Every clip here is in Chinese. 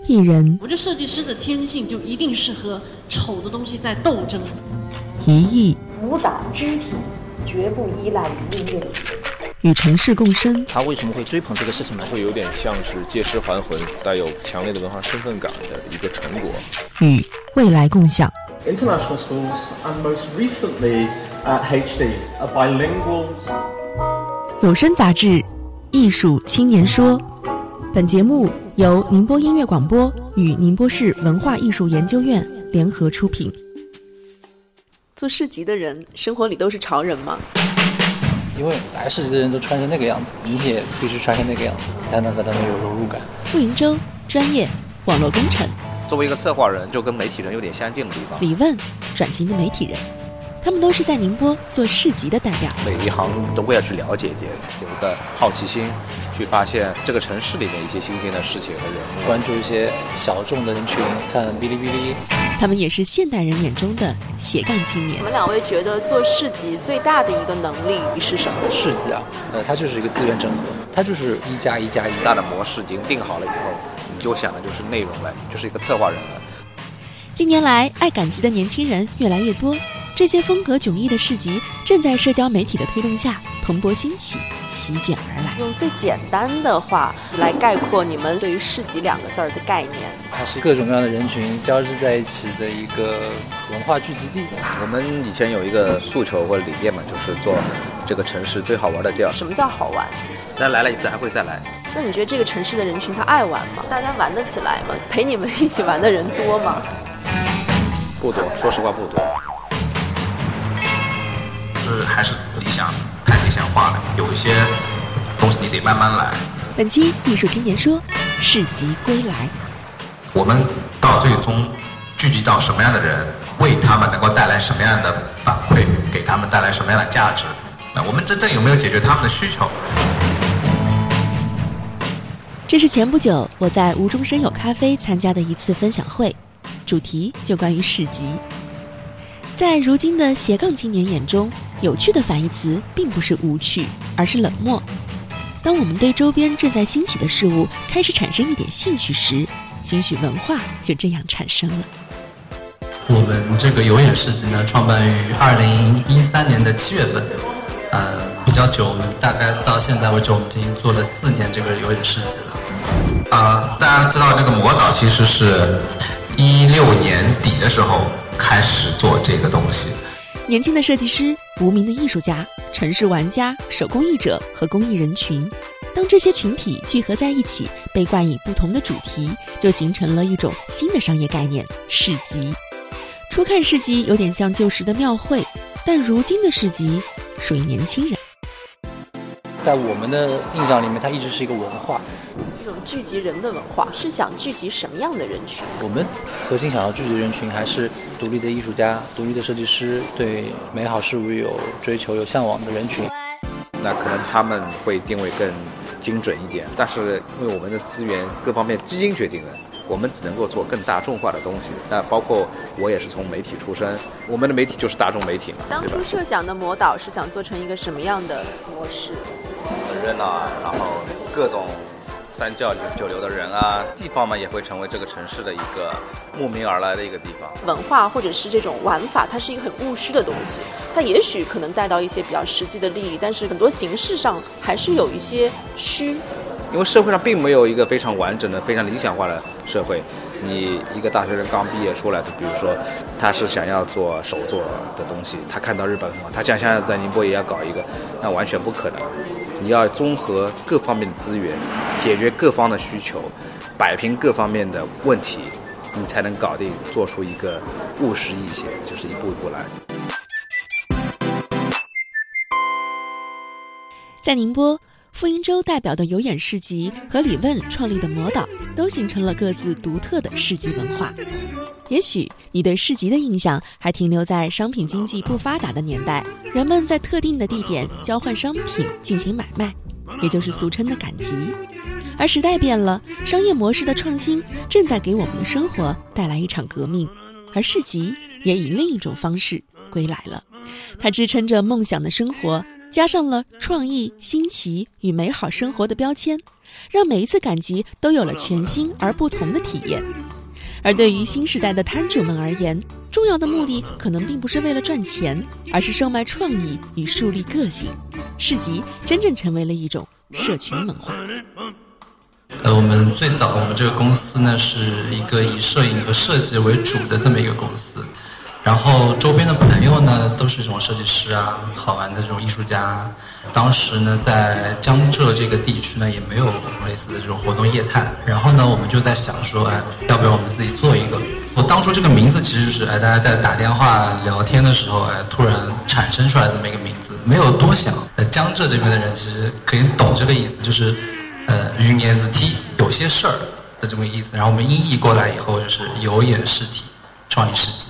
艺人。 我这设计师的天性就一定是和丑的东西在斗争。 一艺舞蹈肢体绝不依赖于音乐， 与城市共生。 他为什么会追捧这个事情呢？ 会有点像是借尸还魂，带有强烈的文化身份感的一个成果。 与未来共享。 International schools and most recently HD bilingual。 有声杂志《艺术青年说》，本节目由宁波音乐广播与宁波市文化艺术研究院联合出品。 做市集的人生活里都是潮人吗？ 因为来市集的人都穿成那个样子，你也必须穿成那个样子，才能和他们有融入感。 傅银洲，专业网络工程。 作为一个策划人，就跟媒体人有点相近的地方。 李问，转型的媒体人，他们都是在宁波做市集的代表。 每一行都会要去了解一点，有一个好奇心，去发现这个城市里面一些新鲜的事情和人物， 关注一些小众的人群，看哔哩哔哩。 他们也是现代人眼中的斜杠青年。 你们两位觉得做市集最大的一个能力是什么？ 市集啊，它就是一个资源整合，它就是1+1+1。 大的模式已经定好了以后，你就想的就是内容了，就是一个策划人了。 近年来，爱赶集的年轻人越来越多，这些风格迥异的市集正在社交媒体的推动下蓬勃兴起，席卷而来。 用最简单的话来概括你们对于市集2个字的概念， 它是各种各样的人群交织在一起的一个文化聚集地。 我们以前有一个诉求或者理念嘛，就是做这个城市最好玩的地儿。 什么叫好玩？ 大家来了一次还会再来。 那你觉得这个城市的人群他爱玩吗？大家玩得起来吗？陪你们一起玩的人多吗？ 不多，说实话不多。 就是还是理想，太理想化了，有一些东西你得慢慢来。 本期艺术青年说，市集归来。 我们到最终聚集到什么样的人，为他们能够带来什么样的反馈，给他们带来什么样的价值，那我们真正有没有解决他们的需求？ 这是前不久我在无中生有咖啡参加的一次分享会，主题就关于市集。在如今的斜杠青年眼中，有趣的反义词并不是无趣，而是冷漠。当我们对周边正在兴起的事物开始产生一点兴趣时，兴许文化就这样产生了。 我们这个有眼市集呢，创办于2013年的7月份，比较久，我们大概到现在为止，我们已经做了4年这个有眼市集了。 大家知道这个魔导其实是16年底的时候开始做这个东西。 年轻的设计师、无名的艺术家、城市玩家、手工艺者和公益人群，当这些群体聚合在一起，被冠以不同的主题，就形成了一种新的商业概念——市集。初看市集有点像旧时的庙会，但如今的市集属于年轻人。 在我们的印象里面，它一直是一个文化。 这种聚集人的文化是想聚集什么样的人群？ 我们核心想要聚集的人群还是独立的艺术家、独立的设计师，对美好事物有追求、有向往的人群。 那可能他们会定位更精准一点，但是因为我们的资源各方面基因决定的，我们只能够做更大众化的东西。那包括我也是从媒体出身，我们的媒体就是大众媒体嘛。 当初设想的魔导是想做成一个什么样的模式？ 很热闹，然后各种三教九流的人啊，地方嘛也会成为这个城市的一个慕名而来的一个地方。 文化或者是这种玩法，它是一个很务虚的东西，它也许可能带到一些比较实际的利益，但是很多形式上还是有一些虚。 因为社会上并没有一个非常完整的、非常理想化的社会。你一个大学生刚毕业出来的，比如说他是想要做手作的东西，他看到日本他想要在宁波也要搞一个，那完全不可能。你要综合各方面的资源，解决各方的需求，摆平各方面的问题，你才能搞定，做出一个务实一些，就是一步一步来。 在宁波，傅银洲代表的有眼市集和李问创立的魔导都形成了各自独特的市集文化。也许你对市集的印象还停留在商品经济不发达的年代，人们在特定的地点交换商品进行买卖，也就是俗称的赶集。而时代变了，商业模式的创新正在给我们的生活带来一场革命，而市集也以另一种方式归来了。它支撑着梦想的生活，加上了创意、新奇与美好生活的标签， 让每一次赶集都有了全新而不同的体验。而对于新时代的摊主们而言，重要的目的可能并不是为了赚钱，而是售卖创意与树立个性。市集真正成为了一种社群文化。 我们最早我们这个公司呢是一个以摄影和设计为主的这么一个公司，然后周边的朋友呢都是这种设计师啊，好玩的这种艺术家。当时呢在江浙这个地区呢也没有类似的这种活动业态，然后呢我们就在想说要不要我们自己做一个。我当初这个名字其实是大家在打电话聊天的时候突然产生出来的这么一个名字，没有多想。江浙这边的人其实可以懂这个意思，就是云言子体有些事儿的这么意思，然后我们音译过来以后就是有眼视体创意市集。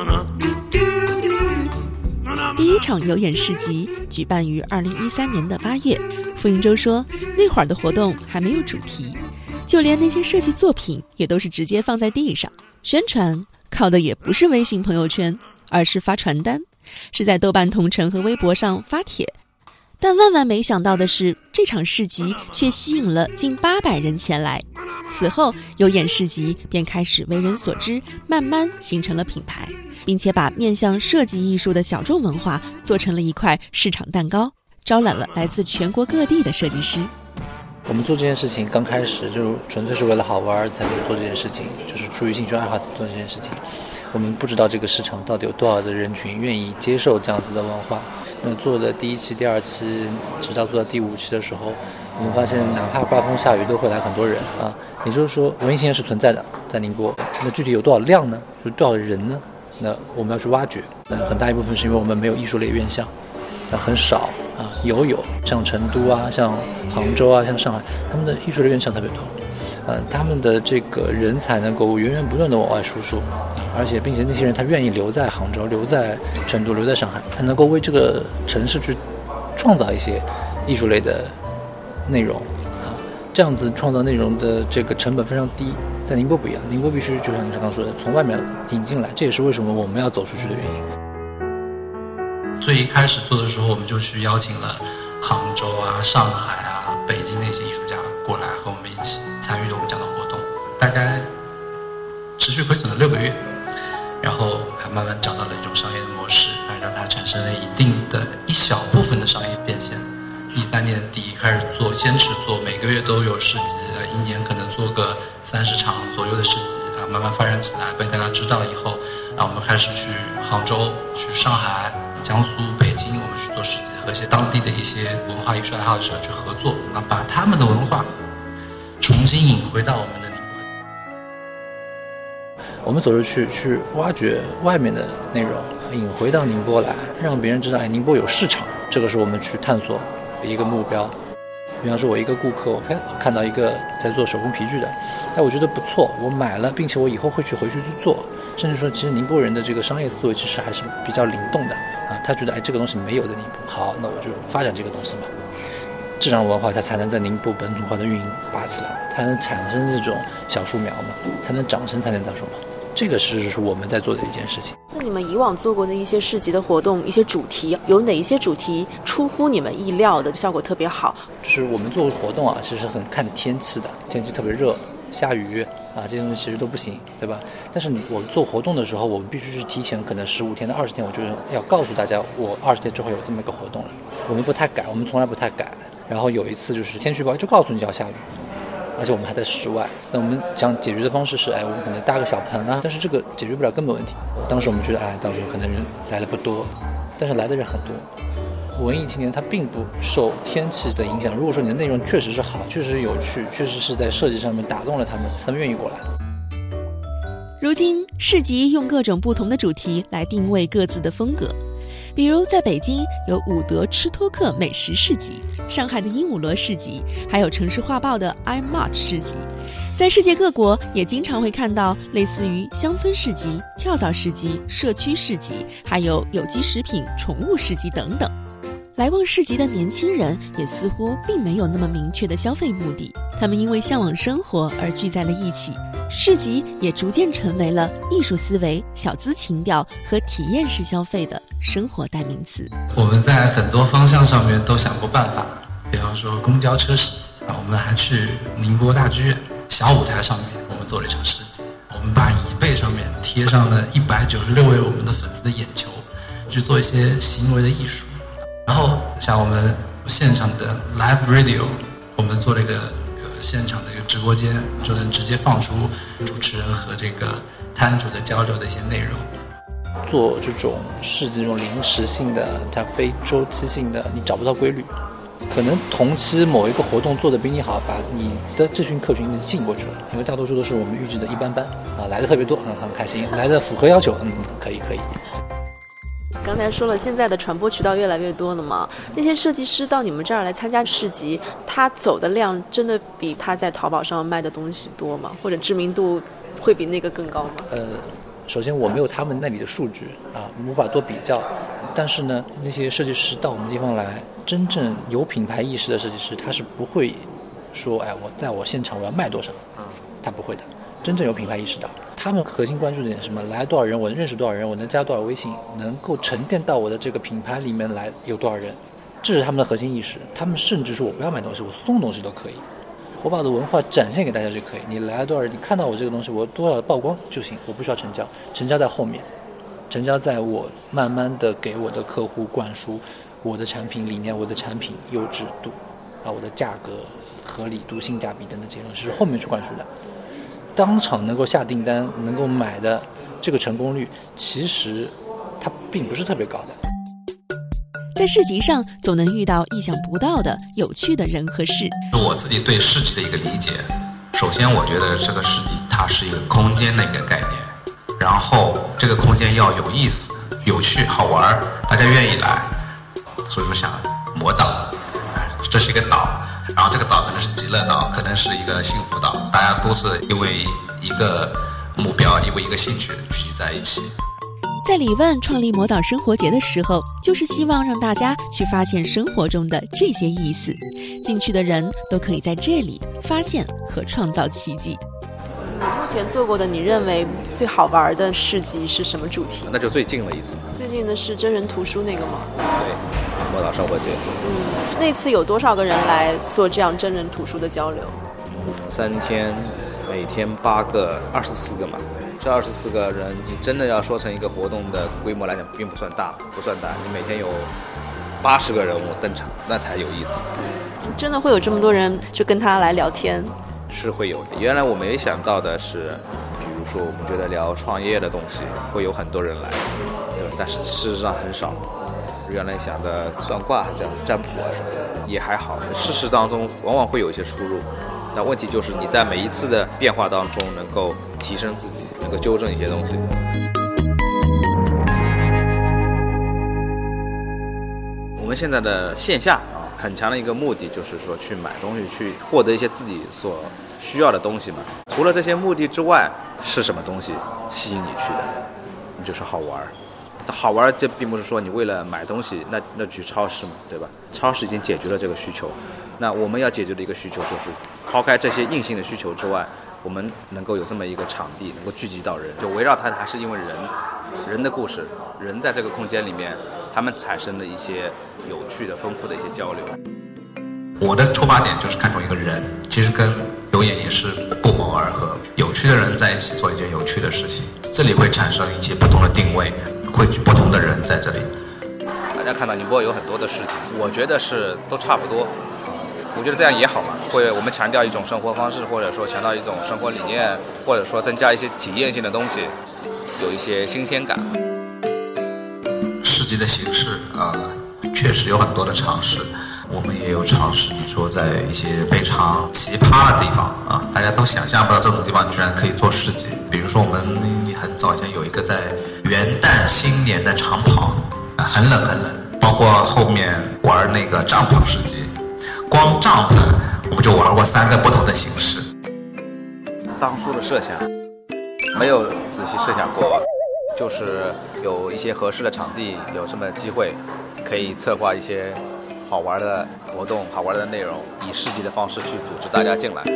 第一场有眼市集举办于2013年的8月，傅英洲说那会儿的活动还没有主题，就连那些设计作品也都是直接放在地上，宣传靠的也不是微信朋友圈，而是发传单，是在豆瓣同城和微博上发帖。但万万没想到的是，这场市集却吸引了近800人前来。此后有眼市集便开始为人所知，慢慢形成了品牌，并且把面向设计艺术的小众文化做成了一块市场蛋糕，招揽了来自全国各地的设计师。 我们做这件事情刚开始就纯粹是为了好玩才去做这件事情，就是出于兴趣爱好才做这件事情。我们不知道这个市场到底有多少的人群愿意接受这样子的文化。那做的第1期、第2期，直到做到第5期的时候，我们发现哪怕刮风下雨都会来很多人啊。也就是说，文艺青年是存在的，在宁波。那具体有多少量呢？就是多少人呢？那我们要去挖掘。那很大一部分是因为我们没有艺术类院校，但很少啊，有像成都啊、像杭州啊、像上海，他们的艺术类院校特别多。他们的这个人才能够源源不断的往外输出，而且并且那些人他愿意留在杭州、留在成都、留在上海，他能够为这个城市去创造一些艺术类的内容这样子创造内容的这个成本非常低。但宁波不一样，宁波必须就像你刚刚说的，从外面引进来，这也是为什么我们要走出去的原因。 最一开始做的时候，我们就去邀请了杭州啊、上海啊、北京那些艺术家过来和我们一起参与我们这样的活动，大概持续亏损了6个月，然后还慢慢找到了一种商业的模式，让它产生了一定的一小部分的商业变现。13年底开始做，坚持做，每个月都有市集，一年可能做个30场左右的市集慢慢发展起来，被大家知道以后，我们开始去杭州、去上海、江苏、北京，我们去做市集，和一些当地的一些文化艺术爱好者去合作，把他们的文化重新引回到我们的宁波。 我们走出去挖掘外面的内容，引回到宁波来，让别人知道宁波有市场，这个是我们去探索的一个目标。比方说我一个顾客，我看到一个在做手工皮具的，我觉得不错，我买了，并且我以后会回去去做。甚至说其实宁波人的这个商业思维其实还是比较灵动的他觉得这个东西没有的宁波，好，那我就发展这个东西嘛。这样文化它才能在宁波本土化的运营拔起来，才能产生这种小树苗嘛，才能长成才能大树苗。这个是我们在做的一件事情。 那你们以往做过的一些市集的活动，一些主题，有哪一些主题出乎你们意料的效果特别好？ 就是我们做活动其实很看天气的，天气特别热、下雨这些东西其实都不行，对吧？但是我做活动的时候，我们必须是提前可能15天到20天，我就要告诉大家，我20天之后有这么一个活动了。我们不太改，我们从来不太改。然后有一次就是天气预报就告诉你要下雨，而且我们还在室外。那我们想解决的方式是，我们可能搭个小棚但是这个解决不了根本问题。当时我们觉得，到时候可能人来的不多，但是来的人很多。文艺青年他并不受天气的影响。如果说你的内容确实是好，确实是有趣，确实是在设计上面打动了他们愿意过来。 如今市集用各种不同的主题来定位各自的风格。比如在北京有伍德吃托克美食市集，上海的鹦鹉螺市集，还有城市画报的 iMart 市集。在世界各国也经常会看到类似于乡村市集、跳蚤市集、社区市集，还有有机食品、宠物市集等等。来逛市集的年轻人也似乎并没有那么明确的消费目的，他们因为向往生活而聚在了一起。市集也逐渐成为了艺术思维、小资情调和体验式消费的生活代名词。 我们在很多方向上面都想过办法，比方说公交车市集， 我们还去宁波大剧院小舞台上面，我们做了一场市集。我们把椅背上面贴上了196位我们的粉丝的眼球，去做一些行为的艺术。然后像我们现场的 live radio， 我们做了一个现场的一个直播间，就能直接放出主持人和这个摊主的交流的一些内容。 做这种市集这种临时性的，它非周期性的，你找不到规律。可能同期某一个活动做得比你好，把你的这群客群吸引过去了，因为大多数都是我们预计的一般般啊，来的特别多，很开心，来的符合要求，可以。 刚才说了，现在的传播渠道越来越多了嘛，那些设计师到你们这儿来参加市集，他走的量真的比他在淘宝上卖的东西多吗？或者知名度会比那个更高吗？ 首先我没有他们那里的数据啊，无法做比较。但是呢，那些设计师到我们地方来，真正有品牌意识的设计师，他是不会说，我在我现场我要卖多少，他不会的。真正有品牌意识的，他们核心关注的点是什么？来多少人，我认识多少人，我能加多少微信，能够沉淀到我的这个品牌里面来有多少人，这是他们的核心意识。他们甚至说我不要买东西，我送东西都可以。我把我的文化展现给大家就可以，你来了多少人，你看到我这个东西，我多少曝光就行，我不需要成交，成交在后面，成交在我慢慢的给我的客户灌输我的产品理念、我的产品优质度啊，我的价格合理度、性价比等等这些东西是后面去灌输的。当场能够下订单、能够买的这个成功率，其实它并不是特别高的。 在市集上总能遇到意想不到的有趣的人和事。 我自己对市集的一个理解，首先我觉得这个市集它是一个空间的一个概念，然后这个空间要有意思、有趣、好玩，大家愿意来。所以说想魔岛，这是一个岛，然后这个岛可能是极乐岛，可能是一个幸福岛，大家都是因为一个目标、因为一个兴趣聚集在一起。 在李万创立魔岛生活节的时候，就是希望让大家去发现生活中的这些意思，进去的人都可以在这里发现和创造奇迹。 目前做过的你认为最好玩的市集是什么主题？ 那就最近的一次。 最近的是真人图书那个吗？ 对，魔岛生活节。 那次有多少个人来做这样真人图书的交流 ？3天，每天8个，24个嘛。这24个人，你真的要说成一个活动的规模来讲，并不算大。你每天有80个人物登场，那才有意思。 真的会有这么多人就跟他来聊天？ 是会有的。原来我没想到的是，比如说我们觉得聊创业的东西会有很多人来，对，但是事实上很少。原来想的算卦、占卜啊什么的也还好，事实当中往往会有一些出入。但问题就是你在每一次的变化当中能够提升自己，能够纠正一些东西。我们现在的线下很强的一个目的就是说去买东西，去获得一些自己所需要的东西嘛。除了这些目的之外，是什么东西吸引你去的？你就是好玩。好玩，这并不是说你为了买东西那去超市嘛，对吧？超市已经解决了这个需求，那我们要解决的一个需求就是抛开这些硬性的需求之外，我们能够有这么一个场地，能够聚集到人，就围绕它还是因为人的故事，人在这个空间里面，他们产生的一些有趣的、丰富的一些交流。 我的出发点就是看重一个人，其实跟有眼也是不谋而合。有趣的人在一起做一件有趣的事情，这里会产生一些不同的定位，会不同的人在这里。 大家看到宁波有很多的市集，我觉得是都差不多。我觉得这样也好嘛，会我们强调一种生活方式，或者说强调一种生活理念，或者说增加一些体验性的东西，有一些新鲜感。 市集的形式确实有很多的尝试，我们也有尝试，比如说在一些非常奇葩的地方大家都想象不到这种地方居然可以做市集。比如说我们很早以前有一个在元旦新年的长跑，很冷很冷，包括后面玩那个帐篷市集，光帐篷我们就玩过3个不同的形式。 当初的设想没有仔细设想过，就是有一些合适的场地，有这么机会可以策划一些好玩的活动、好玩的内容，以市集的方式去组织大家进来。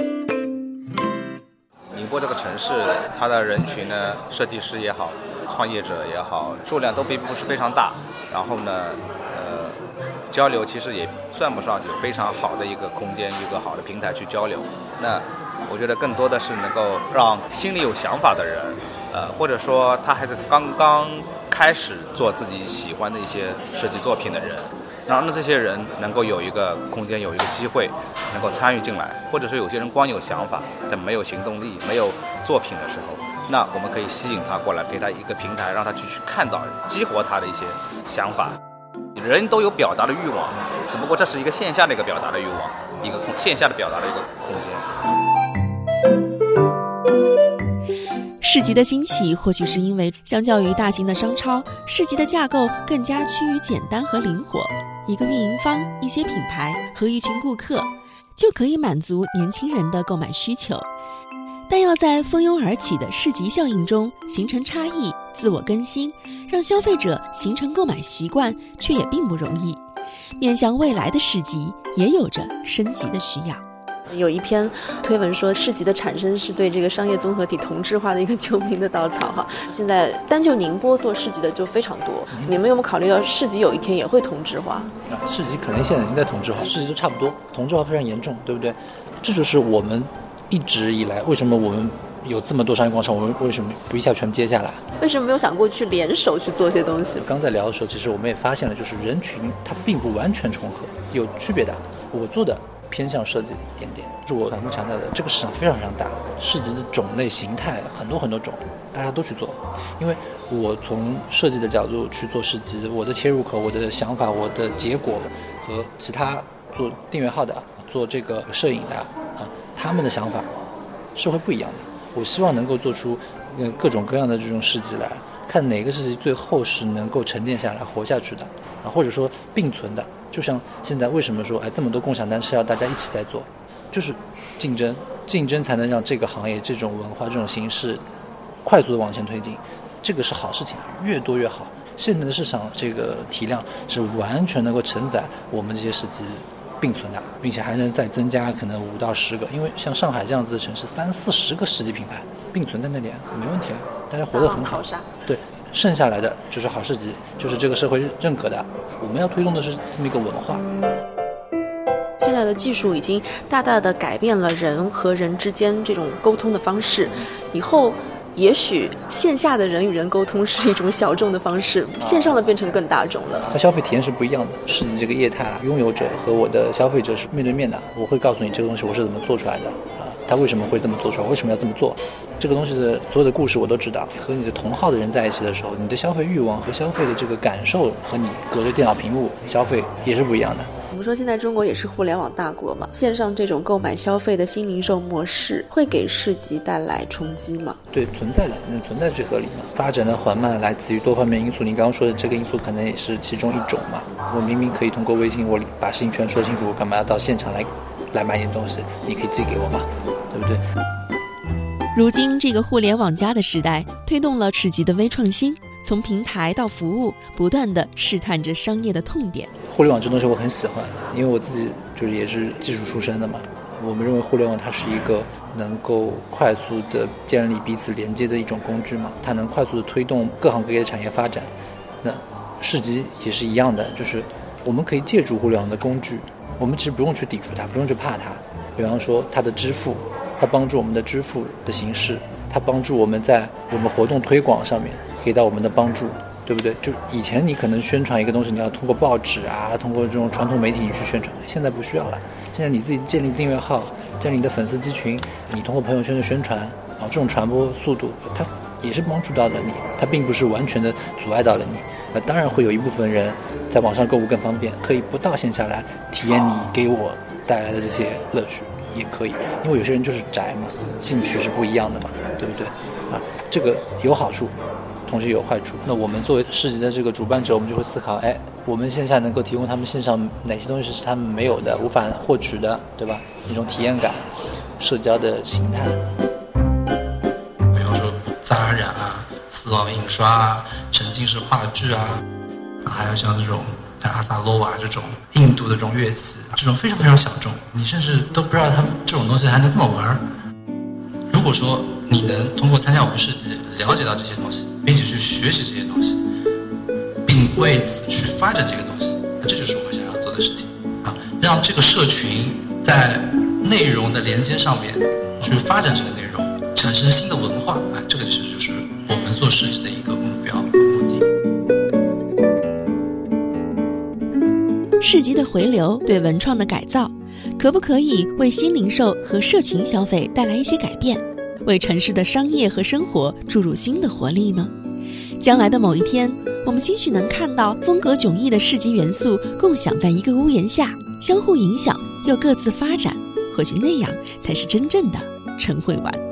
宁波这个城市，它的人群呢，设计师也好，创业者也好，数量都并不是非常大。然后呢， 交流其实也算不上有非常好的一个空间，一个好的平台去交流。那我觉得更多的是能够让心里有想法的人，或者说他还是刚刚开始做自己喜欢的一些设计作品的人，让这些人能够有一个空间，有一个机会能够参与进来。或者说有些人光有想法但没有行动力，没有作品的时候，那我们可以吸引他过来，给他一个平台，让他去看到，激活他的一些想法。人都有表达的欲望，只不过这是一个线下的一个表达的欲望，一个线下的表达的一个空间。市集的兴起或许是因为相较于大型的商超，市集的架构更加趋于简单和灵活，一个运营方、一些品牌和一群顾客就可以满足年轻人的购买需求。但要在蜂拥而起的市集效应中形成差异、自我更新，让消费者形成购买习惯，却也并不容易。面向未来的市集也有着升级的需要。 有一篇推文说，市集的产生是对这个商业综合体同质化的一个救命的稻草哈。现在单就宁波做市集的就非常多，你们有没有考虑到市集有一天也会同质化？ 市集可能现在已经在同质化，市集都差不多，同质化非常严重，对不对？这就是我们一直以来为什么我们有这么多商业广场，我们为什么不一下全接下来？ 为什么没有想过去联手去做些东西？ 刚在聊的时候，其实我们也发现了，就是人群它并不完全重合，有区别的。我做的偏向设计的一点点，是我反复强调的，这个市场非常非常大，市集的种类形态很多很多种，大家都去做。因为我从设计的角度去做市集，我的切入口、我的想法、我的结果和其他做订阅号的、做这个摄影的他们的想法是会不一样的。我希望能够做出各种各样的这种市集来，看哪个市集最后是能够沉淀下来活下去的或者说并存的。就像现在为什么说这么多共享单车要大家一起在做，就是竞争才能让这个行业、这种文化、这种形式快速的往前推进，这个是好事情，越多越好。现在的市场这个体量是完全能够承载我们这些市集并存的，并且还能再增加可能5到10个，因为像上海这样子的城市，30-40个市集品牌并存在那里没问题大家活得很好。对，剩下来的就是好市集，就是这个社会认可的。我们要推动的是这么一个文化。 现在的技术已经大大的改变了人和人之间这种沟通的方式，以后也许线下的人与人沟通是一种小众的方式，线上的变成更大众了。 它消费体验是不一样的，市集这个业态拥有者和我的消费者是面对面的，我会告诉你这个东西我是怎么做出来的它为什么会这么做出来，为什么要这么做，这个东西的所有的故事我都知道。和你的同号的人在一起的时候，你的消费欲望和消费的这个感受和你隔着电脑屏幕消费也是不一样的。 我们说现在中国也是互联网大国嘛，线上这种购买消费的新零售模式会给市集带来冲击吗？ 对，存在的，存在最合理嘛。发展的缓慢来自于多方面因素，你刚刚说的这个因素可能也是其中一种嘛。我明明可以通过微信我把事情全说清楚，我干嘛要到现场来买点东西？你可以寄给我嘛，对不对？ 如今这个互联网加的时代，推动了市集的微创新，从平台到服务，不断地试探着商业的痛点。 互联网这东西我很喜欢，因为我自己就是也是技术出身的嘛。我们认为互联网它是一个能够快速的建立彼此连接的一种工具嘛，它能快速的推动各行各业的产业发展。那市集也是一样的，就是我们可以借助互联网的工具，我们其实不用去抵触它，不用去怕它。比方说它的支付，它帮助我们的支付的形式，它帮助我们在我们活动推广上面给到我们的帮助，对不对？就以前你可能宣传一个东西，你要通过报纸通过这种传统媒体你去宣传，现在不需要了。现在你自己建立订阅号，建立你的粉丝集群，你通过朋友圈的宣传这种传播速度它也是帮助到了你，它并不是完全的阻碍到了你。当然会有一部分人在网上购物更方便，可以不到线下来体验你给我带来的这些乐趣，也可以，因为有些人就是宅嘛，兴趣是不一样的嘛，对不对这个有好处同时有坏处。那我们作为市集的这个主办者，我们就会思考我们线下能够提供他们线上哪些东西是他们没有的，无法获取的，对吧？那种体验感，社交的形态， 比方说自然染丝网印刷沉浸式话剧还有像这种阿萨洛瓦这种印度的这种乐器，这种非常非常小众，你甚至都不知道他们这种东西还能这么玩。如果说你能通过参加我们市集了解到这些东西，并且去学习这些东西，并为此去发展这个东西，那这就是我们想要做的事情啊，让这个社群在内容的连接上面去发展这个内容，产生新的文化啊，这个其实就是我们做市集的一个目标和目的。 市集的回流对文创的改造，可不可以为新零售和社群消费带来一些改变，为城市的商业和生活注入新的活力呢？将来的某一天，我们兴许能看到风格迥异的市集元素共享在一个屋檐下，相互影响又各自发展，或许那样才是真正的晨会玩。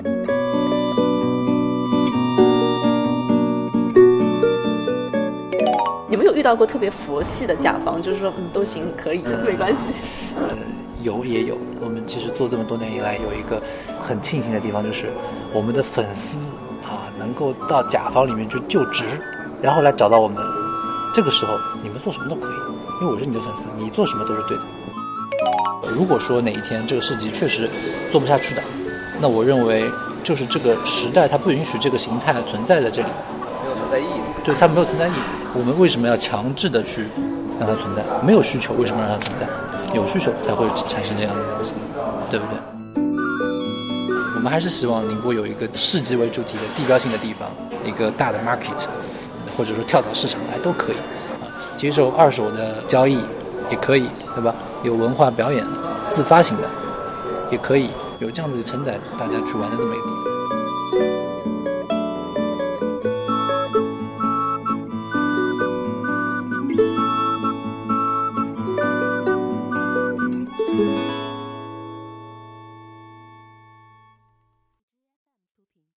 你们有遇到过特别佛系的甲方，就是说都行可以没关系？ 也有。我们其实做这么多年以来，有一个很庆幸的地方，就是我们的粉丝能够到甲方里面去就职，然后来找到我们。这个时候你们做什么都可以，因为我是你的粉丝，你做什么都是对的。如果说哪一天这个市集确实做不下去的，那我认为就是这个时代它不允许这个形态存在在这里， 没有存在意义。 对，它没有存在意义。我们为什么要强制的去让它存在？没有需求，为什么让它存在？有需求才会产生这样的东西，对不对？我们还是希望宁波有一个市集为主题的地标性的地方，一个大的 market， 或者说跳蚤市场都可以接受二手的交易也可以，对吧？有文化表演自发型的也可以，有这样子承载大家去玩的这么一个地方。